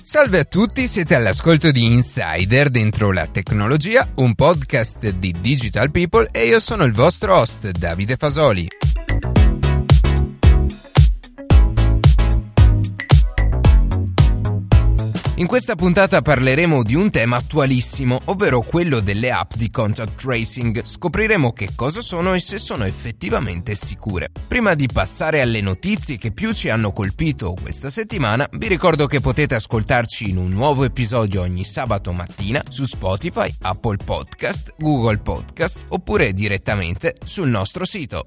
Salve a tutti, siete all'ascolto di Insider dentro la tecnologia, un podcast di Digital People e io sono il vostro host Davide Fasoli. In questa puntata parleremo di un tema attualissimo, ovvero quello delle app di contact tracing. Scopriremo che cosa sono e se sono effettivamente sicure. Prima di passare alle notizie che più ci hanno colpito questa settimana, vi ricordo che potete ascoltarci in un nuovo episodio ogni sabato mattina su Spotify, Apple Podcast, Google Podcast oppure direttamente sul nostro sito.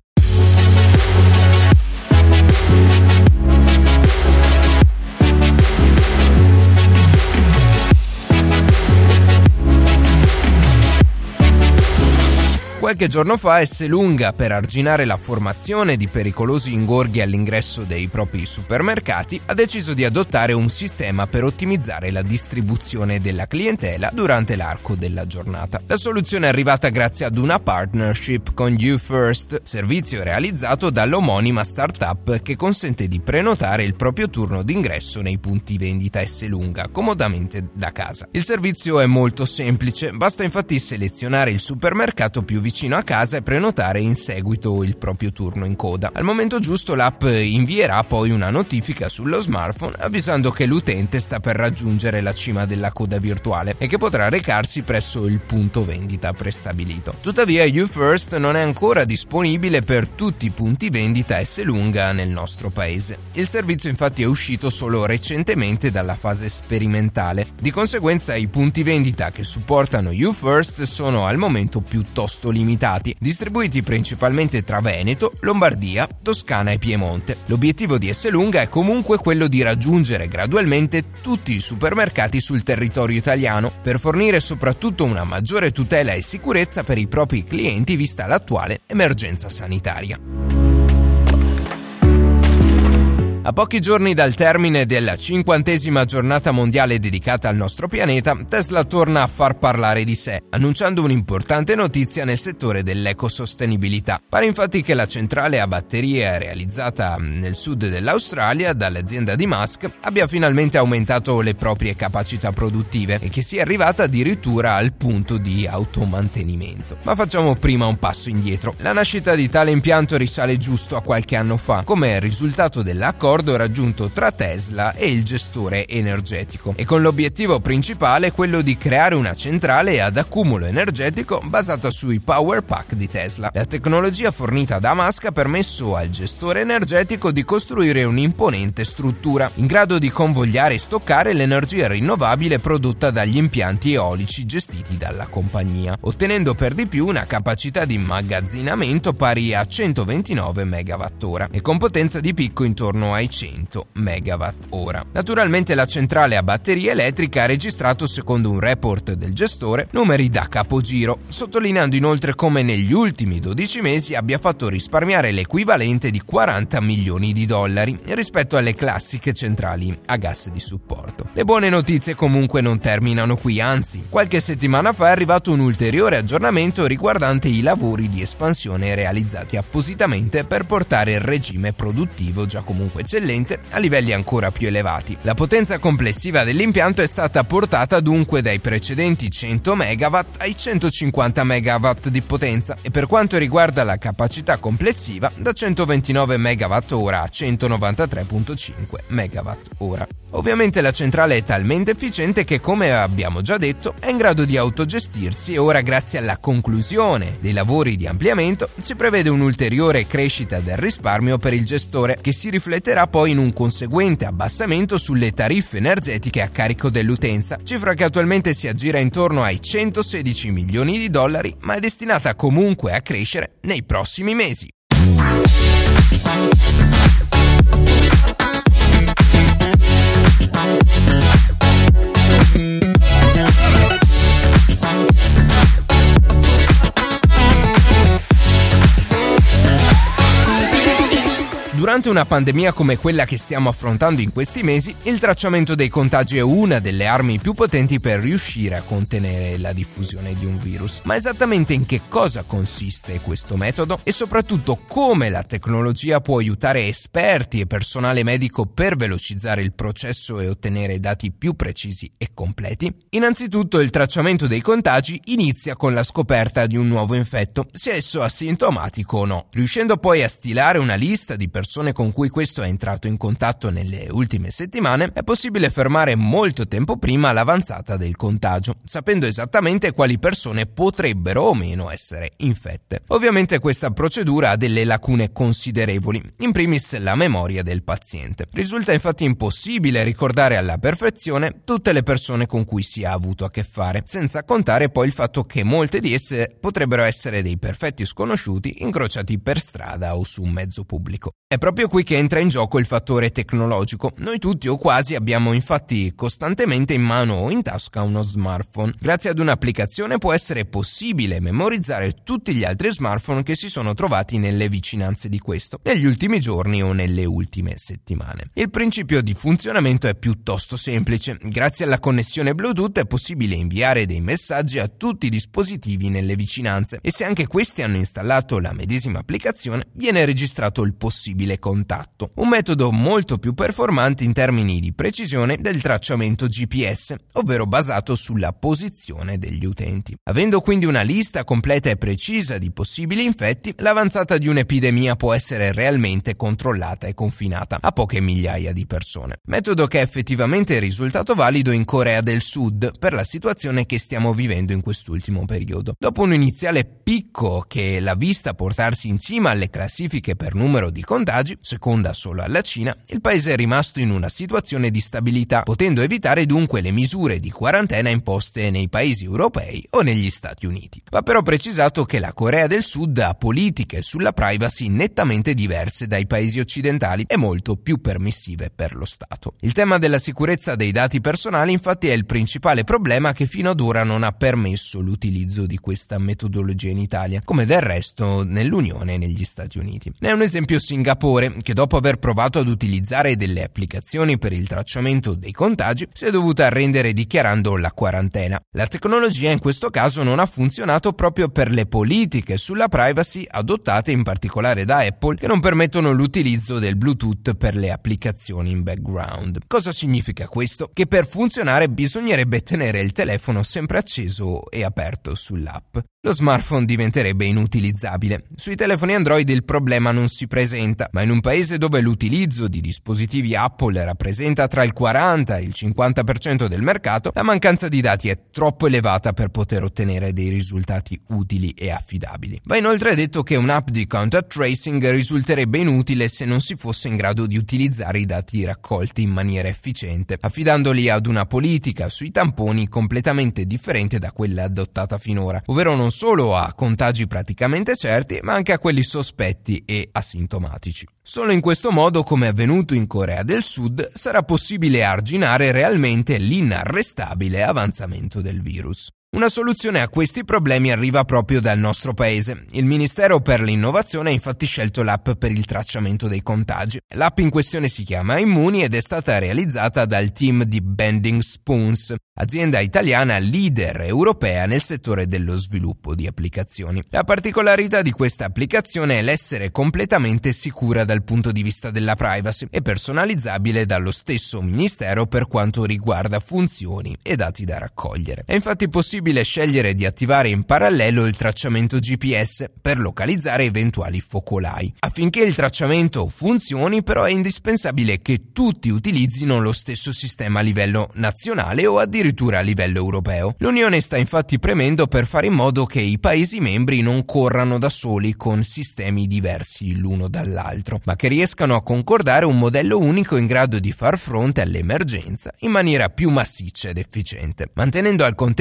Qualche giorno fa Esselunga, per arginare la formazione di pericolosi ingorghi all'ingresso dei propri supermercati, ha deciso di adottare un sistema per ottimizzare la distribuzione della clientela durante l'arco della giornata. La soluzione è arrivata grazie ad una partnership con YouFirst, servizio realizzato dall'omonima startup che consente di prenotare il proprio turno d'ingresso nei punti vendita Esselunga comodamente da casa. Il servizio è molto semplice, basta infatti selezionare il supermercato più vicino a casa e prenotare in seguito il proprio turno in coda. Al momento giusto l'app invierà poi una notifica sullo smartphone avvisando che l'utente sta per raggiungere la cima della coda virtuale e che potrà recarsi presso il punto vendita prestabilito. Tuttavia YouFirst non è ancora disponibile per tutti i punti vendita Esselunga nel nostro paese. Il servizio infatti è uscito solo recentemente dalla fase sperimentale. Di conseguenza i punti vendita che supportano YouFirst sono al momento piuttosto limitati, distribuiti principalmente tra Veneto, Lombardia, Toscana e Piemonte. L'obiettivo di Esselunga è comunque quello di raggiungere gradualmente tutti i supermercati sul territorio italiano per fornire soprattutto una maggiore tutela e sicurezza per i propri clienti vista l'attuale emergenza sanitaria. A pochi giorni dal termine della 50ª giornata mondiale dedicata al nostro pianeta, Tesla torna a far parlare di sé, annunciando un'importante notizia nel settore dell'ecosostenibilità. Pare infatti che la centrale a batterie realizzata nel sud dell'Australia dall'azienda di Musk abbia finalmente aumentato le proprie capacità produttive e che sia arrivata addirittura al punto di automantenimento. Ma facciamo prima un passo indietro. La nascita di tale impianto risale giusto a qualche anno fa, come risultato dell'accordo raggiunto tra Tesla e il gestore energetico, e con l'obiettivo principale quello di creare una centrale ad accumulo energetico basata sui power pack di Tesla. La tecnologia fornita da Musk ha permesso al gestore energetico di costruire un'imponente struttura in grado di convogliare e stoccare l'energia rinnovabile prodotta dagli impianti eolici gestiti dalla compagnia, ottenendo per di più una capacità di immagazzinamento pari a 129 MWh e con potenza di picco intorno ai 100 MWh. Naturalmente la centrale a batteria elettrica ha registrato, secondo un report del gestore, numeri da capogiro, sottolineando inoltre come negli ultimi 12 mesi abbia fatto risparmiare l'equivalente di $40 milioni rispetto alle classiche centrali a gas di supporto. Le buone notizie comunque non terminano qui, anzi, qualche settimana fa è arrivato un ulteriore aggiornamento riguardante i lavori di espansione realizzati appositamente per portare il regime produttivo già comunque eccellente a livelli ancora più elevati. La potenza complessiva dell'impianto è stata portata dunque dai precedenti 100 MW ai 150 MW di potenza e per quanto riguarda la capacità complessiva da 129 MWh a 193.5 MWh. Ovviamente la centrale è talmente efficiente che, come abbiamo già detto, è in grado di autogestirsi e ora, grazie alla conclusione dei lavori di ampliamento, si prevede un'ulteriore crescita del risparmio per il gestore, che si rifletterà poi in un conseguente abbassamento sulle tariffe energetiche a carico dell'utenza, cifra che attualmente si aggira intorno ai $116 milioni, ma è destinata comunque a crescere nei prossimi mesi. Durante una pandemia come quella che stiamo affrontando in questi mesi, il tracciamento dei contagi è una delle armi più potenti per riuscire a contenere la diffusione di un virus. Ma esattamente in che cosa consiste questo metodo e soprattutto come la tecnologia può aiutare esperti e personale medico per velocizzare il processo e ottenere dati più precisi e completi? Innanzitutto, il tracciamento dei contagi inizia con la scoperta di un nuovo infetto, sia esso asintomatico o no, riuscendo poi a stilare una lista di persone con cui questo è entrato in contatto nelle ultime settimane. È possibile fermare molto tempo prima l'avanzata del contagio, sapendo esattamente quali persone potrebbero o meno essere infette. Ovviamente questa procedura ha delle lacune considerevoli, in primis la memoria del paziente. Risulta infatti impossibile ricordare alla perfezione tutte le persone con cui si ha avuto a che fare, senza contare poi il fatto che molte di esse potrebbero essere dei perfetti sconosciuti incrociati per strada o su un mezzo pubblico. È proprio qui che entra in gioco il fattore tecnologico. Noi tutti o quasi abbiamo infatti costantemente in mano o in tasca uno smartphone. Grazie ad un'applicazione può essere possibile memorizzare tutti gli altri smartphone che si sono trovati nelle vicinanze di questo, negli ultimi giorni o nelle ultime settimane. Il principio di funzionamento è piuttosto semplice. Grazie alla connessione Bluetooth è possibile inviare dei messaggi a tutti i dispositivi nelle vicinanze e se anche questi hanno installato la medesima applicazione, viene registrato il possibile contatto. Un metodo molto più performante in termini di precisione del tracciamento GPS, ovvero basato sulla posizione degli utenti. Avendo quindi una lista completa e precisa di possibili infetti, l'avanzata di un'epidemia può essere realmente controllata e confinata a poche migliaia di persone. Metodo che è effettivamente risultato valido in Corea del Sud per la situazione che stiamo vivendo in quest'ultimo periodo. Dopo un iniziale picco che l'ha vista portarsi in cima alle classifiche per numero di contagi, seconda solo alla Cina, il paese è rimasto in una situazione di stabilità, potendo evitare dunque le misure di quarantena imposte nei paesi europei o negli Stati Uniti. Va però precisato che la Corea del Sud ha politiche sulla privacy nettamente diverse dai paesi occidentali e molto più permissive per lo Stato. Il tema della sicurezza dei dati personali infatti è il principale problema che fino ad ora non ha permesso l'utilizzo di questa metodologia in Italia, come del resto nell'Unione e negli Stati Uniti. Ne è un esempio Singapore, che dopo aver provato ad utilizzare delle applicazioni per il tracciamento dei contagi, si è dovuta arrendere dichiarando la quarantena. La tecnologia in questo caso non ha funzionato proprio per le politiche sulla privacy adottate in particolare da Apple, che non permettono l'utilizzo del Bluetooth per le applicazioni in background. Cosa significa questo? Che per funzionare bisognerebbe tenere il telefono sempre acceso e aperto sull'app. Lo smartphone diventerebbe inutilizzabile. Sui telefoni Android il problema non si presenta, ma in un paese dove l'utilizzo di dispositivi Apple rappresenta tra il 40 e il 50% del mercato, la mancanza di dati è troppo elevata per poter ottenere dei risultati utili e affidabili. Va inoltre detto che un'app di contact tracing risulterebbe inutile se non si fosse in grado di utilizzare i dati raccolti in maniera efficiente, affidandoli ad una politica sui tamponi completamente differente da quella adottata finora, ovvero non solo a contagi praticamente certi, ma anche a quelli sospetti e asintomatici. Solo in questo modo, come è avvenuto in Corea del Sud, sarà possibile arginare realmente l'inarrestabile avanzamento del virus. Una soluzione a questi problemi arriva proprio dal nostro paese. Il Ministero per l'Innovazione ha infatti scelto l'app per il tracciamento dei contagi. L'app in questione si chiama Immuni ed è stata realizzata dal team di Bending Spoons, azienda italiana leader europea nel settore dello sviluppo di applicazioni. La particolarità di questa applicazione è l'essere completamente sicura dal punto di vista della privacy e personalizzabile dallo stesso Ministero per quanto riguarda funzioni e dati da raccogliere. È infatti possibile scegliere di attivare in parallelo il tracciamento GPS per localizzare eventuali focolai. Affinché il tracciamento funzioni, però, è indispensabile che tutti utilizzino lo stesso sistema a livello nazionale o addirittura a livello europeo. L'Unione sta infatti premendo per fare in modo che i Paesi membri non corrano da soli con sistemi diversi l'uno dall'altro, ma che riescano a concordare un modello unico in grado di far fronte all'emergenza in maniera più massiccia ed efficiente, mantenendo al contempo la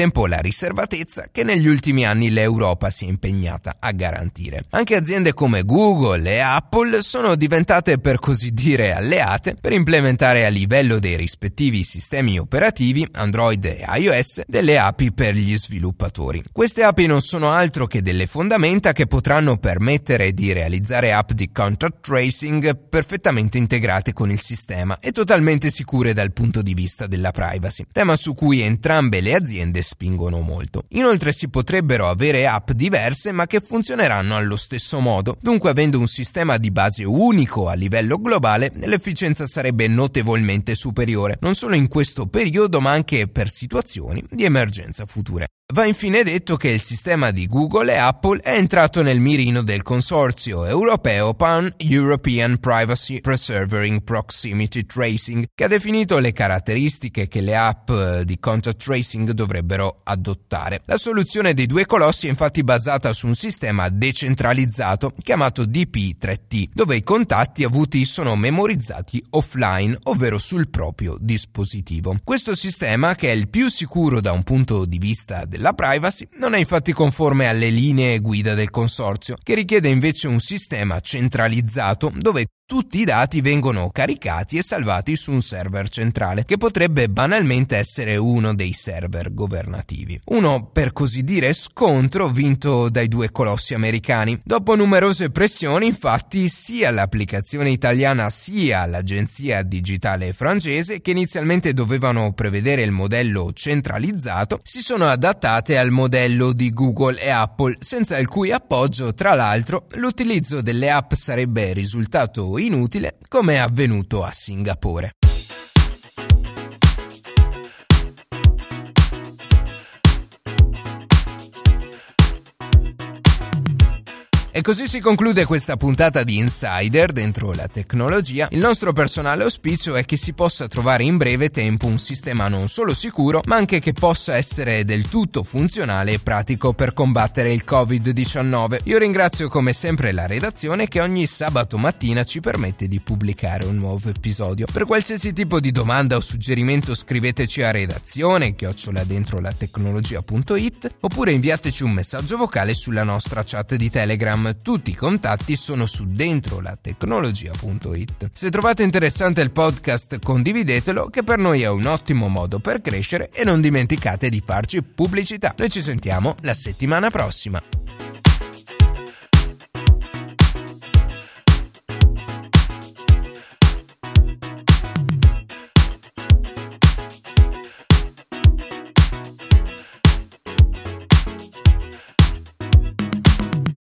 riservatezza che negli ultimi anni l'Europa si è impegnata a garantire. Anche aziende come Google e Apple sono diventate, per così dire, alleate per implementare a livello dei rispettivi sistemi operativi Android e iOS delle API per gli sviluppatori. Queste API non sono altro che delle fondamenta che potranno permettere di realizzare app di contact tracing perfettamente integrate con il sistema e totalmente sicure dal punto di vista della privacy, tema su cui entrambe le aziende spingono molto. Inoltre si potrebbero avere app diverse ma che funzioneranno allo stesso modo, dunque avendo un sistema di base unico a livello globale l'efficienza sarebbe notevolmente superiore, non solo in questo periodo ma anche per situazioni di emergenza future. Va infine detto che il sistema di Google e Apple è entrato nel mirino del consorzio europeo Pan-European Privacy Preserving Proximity Tracing, che ha definito le caratteristiche che le app di contact tracing dovrebbero adottare. La soluzione dei due colossi è infatti basata su un sistema decentralizzato chiamato DP3T, dove i contatti avuti sono memorizzati offline, ovvero sul proprio dispositivo. Questo sistema, che è il più sicuro da un punto di vista della privacy, non è infatti conforme alle linee guida del consorzio, che richiede invece un sistema centralizzato dove tutti i dati vengono caricati e salvati su un server centrale, che potrebbe banalmente essere uno dei server governativi. Uno, per così dire, scontro vinto dai due colossi americani. Dopo numerose pressioni, infatti, sia l'applicazione italiana sia l'agenzia digitale francese, che inizialmente dovevano prevedere il modello centralizzato, si sono adattate al modello di Google e Apple, senza il cui appoggio, tra l'altro, l'utilizzo delle app sarebbe risultato inutile, come è avvenuto a Singapore. E così si conclude questa puntata di Insider dentro la tecnologia. Il nostro personale auspicio è che si possa trovare in breve tempo un sistema non solo sicuro, ma anche che possa essere del tutto funzionale e pratico per combattere il Covid-19. Io ringrazio come sempre la redazione che ogni sabato mattina ci permette di pubblicare un nuovo episodio. Per qualsiasi tipo di domanda o suggerimento scriveteci a redazione@dentrolatecnologia.it oppure inviateci un messaggio vocale sulla nostra chat di Telegram. Tutti i contatti sono su dentrolatecnologia.it. Se trovate interessante il podcast, condividetelo, che per noi è un ottimo modo per crescere, e non dimenticate di farci pubblicità. Noi ci sentiamo la settimana prossima.